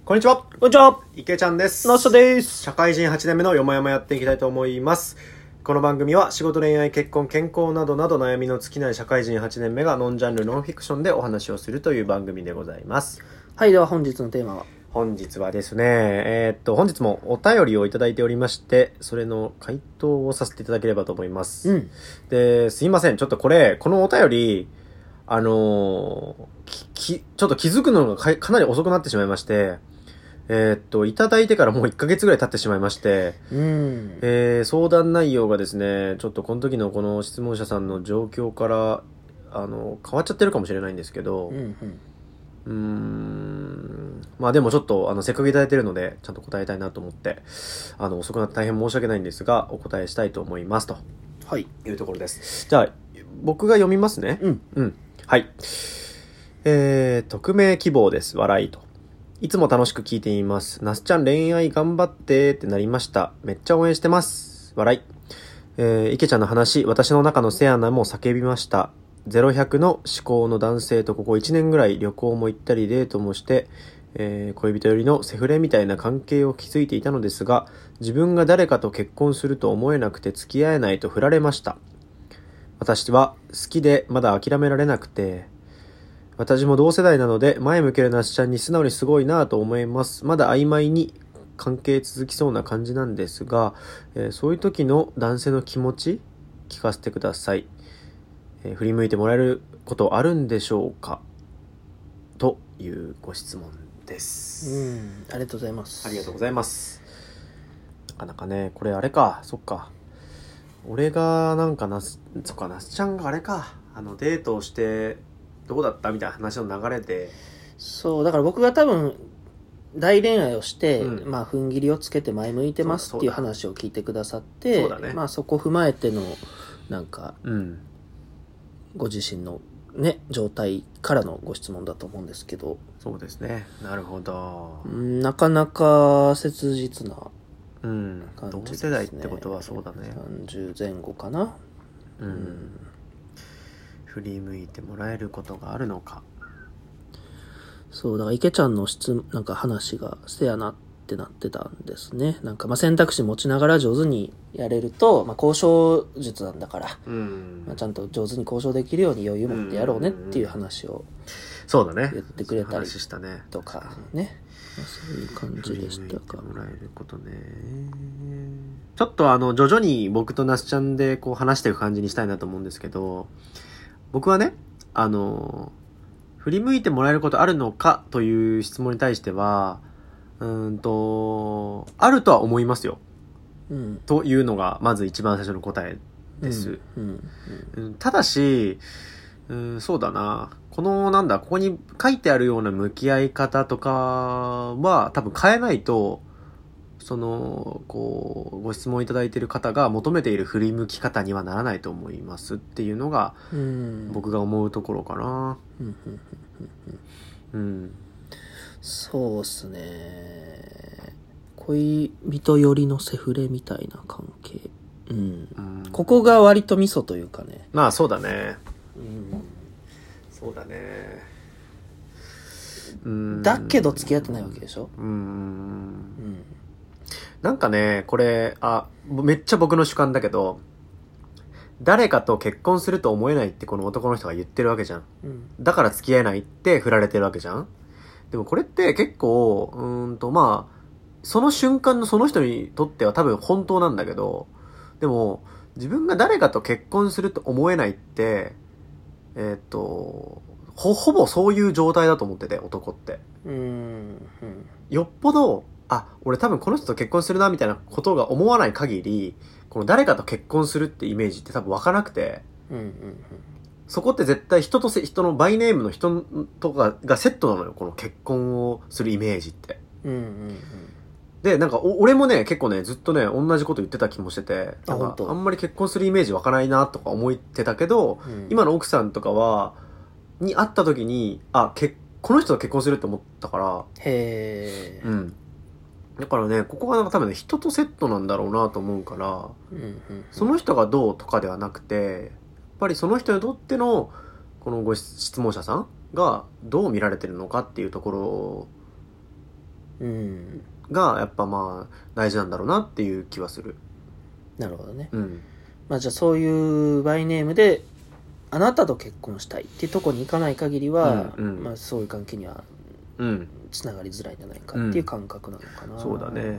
こんにちは。 こんにちは。 池ちゃんです。 なしです。 社会人8年目のよもやまやっていきたいと思います。この番組は仕事、恋愛、結婚、健康などなど悩みの尽きない社会人8年目がノンジャンルノンフィクションでお話をするという番組でございます。 はい、では本日のテーマは。 本日はですね、本日もお便りをいただいておりまして、それの回答をさせていただければと思います。で、すいません。ちょっとこのお便り、ちょっと気づくのがかなり遅くなってしまいまして、いただいてからもう1ヶ月ぐらい経ってしまいまして、相談内容がですね、ちょっとこの時のこの質問者さんの状況から、変わっちゃってるかもしれないんですけど、まあでもちょっとせっかくいただいてるのでちゃんと答えたいなと思って遅くなって大変申し訳ないんですがお答えしたいと思いますというところです。じゃあ僕が読みますね。はい。匿名希望です。笑いと。いつも楽しく聞いています。なすちゃん恋愛頑張ってってなりました。めっちゃ応援してます。笑い。池ちゃんの話、私の中のセアナも叫びました。0100の思考の男性とここ1年ぐらい旅行も行ったりデートもして、恋人よりのセフレみたいな関係を築いていたのですが、自分が誰かと結婚すると思えなくて付き合えないと振られました。私は好きでまだ諦められなくて、私も同世代なので前向けるなしちゃんに素直にすごいなぁと思います。まだ曖昧に関係続きそうな感じなんですが、そういう時の男性の気持ち聞かせてください。振り向いてもらえることあるんでしょうかというご質問です。 ありがとうございます。 ありがとうございます。なかなかね、これあれか、そっか。俺がなんかなすちゃんがあれか、デートをしてどうだったみたいな話の流れで。 そう、だから僕が多分、大恋愛をして、まあ、踏ん切りをつけて前向いてますっていう話を聞いてくださって、まあ、そこを踏まえての、なんか、ご自身のね、状態からのご質問だと思うんですけど。 そうですね。なるほど。 なかなか切実な感じですね。 同世代ってことはそうだね。 30前後かな。 振り向いてもらえることがあるのか。 そう、だから池ちゃんのなんか話がせやなってなってたんですね。なんかまあ選択肢持ちながら上手にやれると、まあ交渉術なんだから、まあ、ちゃんと上手に交渉できるように余裕持ってやろうねっていう話をそうだね。 言ってくれたりしたねとかね。まあ、そういう感じでしたか。 もらえることね。ちょっと徐々に僕となすちゃんでこう話していく感じにしたいなと思うんですけど、僕はね、振り向いてもらえることあるのかという質問に対しては、あるとは思いますよ。というのが、まず一番最初の答えです。ただし、そうだな。ここに書いてあるような向き合い方とかは多分変えないと、ご質問いただいている方が求めている振り向き方にはならないと思いますっていうのが、僕が思うところかな。 そうっすね。恋人寄りのセフレみたいな関係。ここが割とミソというかね。 まあそうだね。そうだね。 だけど付き合ってないわけでしょ。 なんかね、これ、めっちゃ僕の主観だけど、誰かと結婚すると思えないってこの男の人が言ってるわけじゃん。だから付き合えないって振られてるわけじゃん。でもこれって結構、まあ、その瞬間のその人にとっては多分本当なんだけど、でも、自分が誰かと結婚すると思えないって、ほぼそういう状態だと思ってて、男って。よっぽど、俺多分この人と結婚するなみたいなことが思わない限り、この誰かと結婚するってイメージって多分湧かなくて、そこって絶対人のバイネームの人とかがセットなのよ、この結婚をするイメージって。で、なんか俺もね、結構ね、ずっとね、同じこと言ってた気もしてて、なんかあんまり結婚するイメージ湧かないなとか思ってたけど、今の奥さんとかに会った時に、この人と結婚するって思ったから、だからね、ここがなんか多分ね、人とセットなんだろうなと思うから、その人がどうとかではなくて、やっぱりその人にとっての、このご質問者さんがどう見られてるのかっていうところがやっぱまあ大事なんだろうなっていう気はする。 なるほどね。まあじゃあそういうバイネームであなたと結婚したいっていうとこに行かない限りは、まあそういう関係にはつながりづらいんじゃないかっていう感覚なのかな。 そうだね。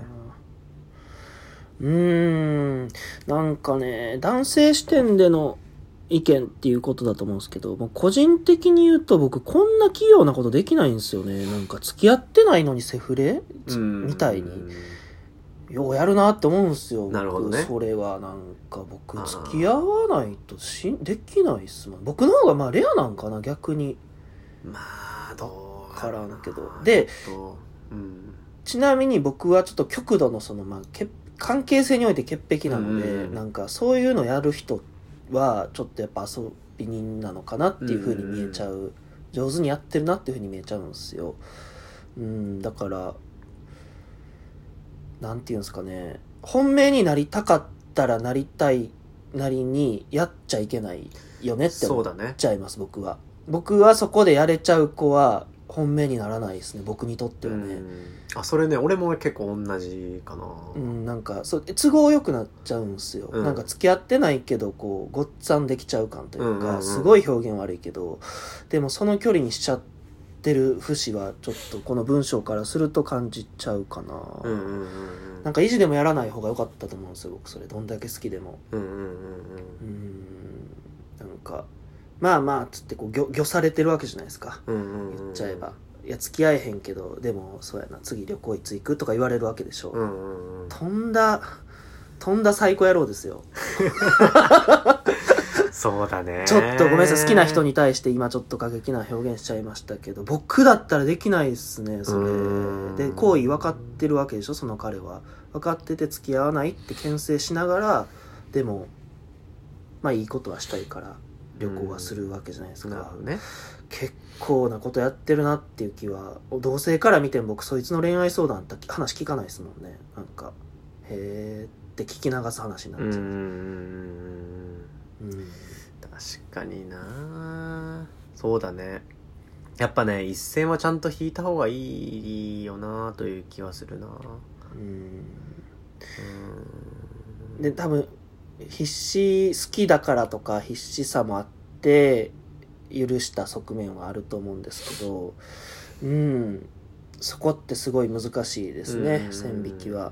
なんかね、男性視点での意見っていうことだと思うんですけど、もう個人的に言うと僕こんな器用なことできないんですよね。なんか付き合ってないのにセフレみたいに。ようやるなって思うんですよ。 なるほどね。 それはなんか僕付き合わないとできないっすもん。僕の方がまあレアなんかな、逆に。 まあどうからんけど。で、ちなみに僕はちょっと極度のそのまあ関係性において潔癖なので、なんかそういうのやる人はちょっとやっぱ遊び人なのかなっていう風に見えちゃう、上手にやってるなっていう風に見えちゃうんですよ。だからなんていうんですかね、本命になりたかったらなりたいなりにやっちゃいけないよねって思っちゃいます。僕はそこでやれちゃう子は本命にならないですね、僕にとってはね。 それね、俺も結構同じかな。 なんか都合よくなっちゃうんですよ。なんか付き合ってないけどこうごっつぁんできちゃう感というか、すごい表現悪いけど、でもその距離にしちゃってる節はちょっとこの文章からすると感じちゃうかな。なんか意地でもやらない方が良かったと思うんですよ、僕それどんだけ好きでも。なんかまあまあつってこう魚されてるわけじゃないですか、言っちゃえば。いや付き合えへんけどでもそうやな、次旅行いつ行くとか言われるわけでしょ。とんだ最高野郎ですよ。 そうだね。 ちょっとごめんなさい、好きな人に対して今ちょっと過激な表現しちゃいましたけど、僕だったらできないですね、それで。行為分かってるわけでしょ、その彼は。分かってて付き合わないって牽制しながら、でもまあいいことはしたいから旅行はするわけじゃないですか。 なるほどね。 結構なことやってるなっていう気は、同性から見ても僕そいつの恋愛相談って話聞かないですもんね。なんかへーって聞き流す話になっちゃう。 確かにな。そうだね。やっぱね、一線はちゃんと引いた方がいいよなという気はするな。 で多分好きだからとか必死さもあって許した側面はあると思うんですけど、そこってすごい難しいですね、線引きは。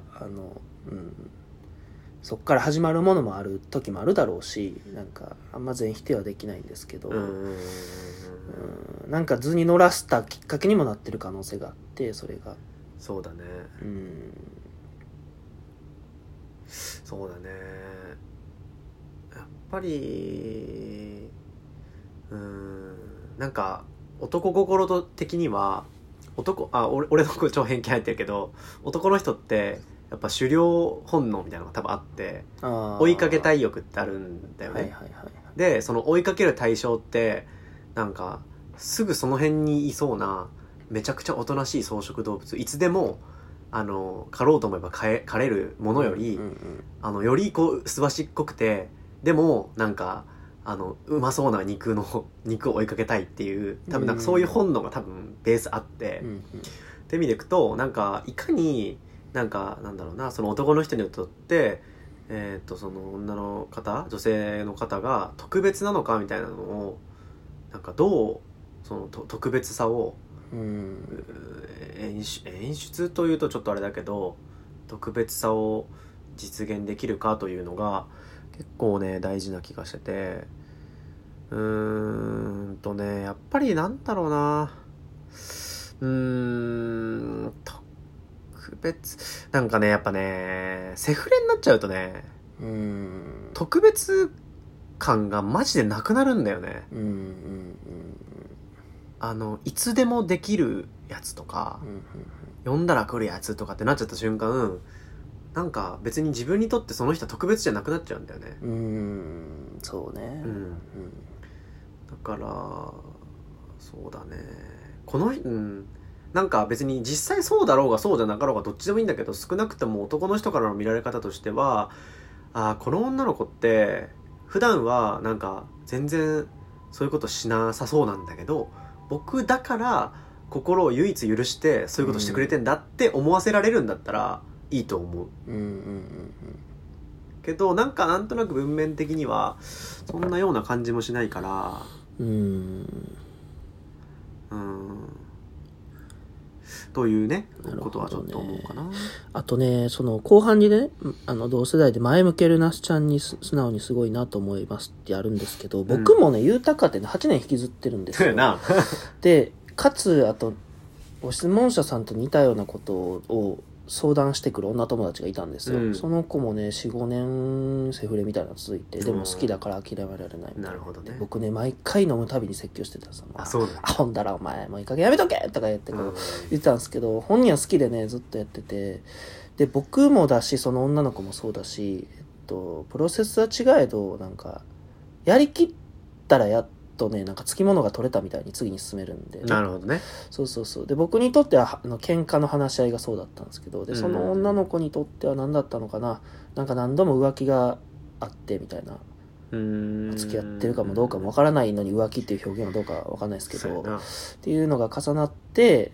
そっから始まるものもある時もあるだろうし、なんかあんま全否定はできないんですけど、なんか図に乗らせたきっかけにもなってる可能性があって、それが。 そうだね。そうだね。やっぱりなんか男心的には俺の超偏見入ってるけど、男の人ってやっぱ狩猟本能みたいなのが多分あって、追いかけたい欲ってあるんだよね。でその追いかける対象ってなんかすぐその辺にいそうなめちゃくちゃおとなしい草食動物、いつでも狩ろうと思えば狩れるものより、よりこうすばしっこくてでもなんかうまそうな肉を追いかけたいっていう、多分なんかそういう本能が多分ベースあって、って意味でいくとなんかいかになんかなんだろうな、その男の人にとってその女性の方が特別なのかみたいなのをなんかどうその特別さを演出というとちょっとあれだけど特別さを実現できるかというのが結構ね大事な気がしてて、やっぱりなんだろうな、特別なんかね、やっぱねセフレになっちゃうとね、特別感がマジでなくなるんだよね。いつでもできるやつとか、呼んだら来るやつとかってなっちゃった瞬間、なんか別に自分にとってその人は特別じゃなくなっちゃうんだよね。 そうね。 だからそうだね、なんか別に実際そうだろうがそうじゃなかろうがどっちでもいいんだけど、少なくとも男の人からの見られ方としては、この女の子って普段はなんか全然そういうことしなさそうなんだけど、僕だから心を唯一許してそういうことしてくれてんだって思わせられるんだったらいいと思う。けどなんとなく文面的にはそんなような感じもしないから、というねことはちょっと思うかな。 あとね、その後半にね、同世代で前向けるなすちゃんに素直にすごいなと思いますってやるんですけど、僕もね、豊かってね、8年引きずってるんですよ。で、かつ、あと、ご質問者さんと似たようなことを相談してくる女友達がいたんですよ。その子もね、4、5年セフレみたいなの続いて、でも好きだから諦められないみたいな。 なるほどね。 僕ね、毎回飲むたびに説教してたんですよ。 そうだね。 ほんだらお前、もういい加減やめとけとか言って言ってたんですけど、本人は好きでね、ずっとやってて、で、僕もだし、その女の子もそうだし、プロセスは違えど、やりきったらやっとね、つきものが取れたみたいに次に進めるんで。 なるほどね。 そう。で、僕にとっては、喧嘩の話し合いがそうだったんですけど、で、その女の子にとっては何だったのかな、何度も浮気があって、みたいな。付き合ってるかもどうかもわからないのに浮気っていう表現はどうかわかんないですけど、っていうのが重なって、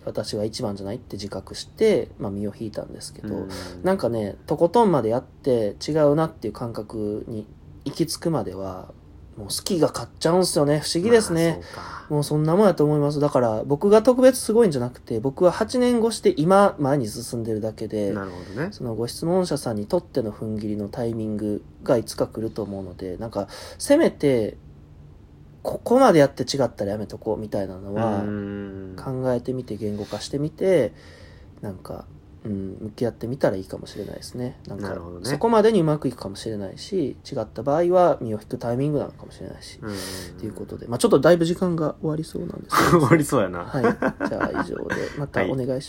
私は一番じゃないって自覚して、身を引いたんですけど、とことんまでやって違うなっていう感覚に行き着くまでは、もう好きが勝っちゃうんすよね。不思議ですね。もうそんなもんやと思います。だから僕が特別すごいんじゃなくて、僕は8年越して今前に進んでるだけで、 なるほどね。 そのご質問者さんにとっての踏ん切りのタイミングがいつか来ると思うので、せめて、ここまでやって違ったらやめとこうみたいなのは、考えてみて言語化してみて、向き合ってみたらいいかもしれないですね。 なるほどね。 そこまでにうまくいくかもしれないし、違った場合は身を引くタイミングなのかもしれないし、ということで、ちょっとだいぶ時間が終わりそうなんですけど。 終わりそうやな。 はい。じゃあ以上で、またお願いします。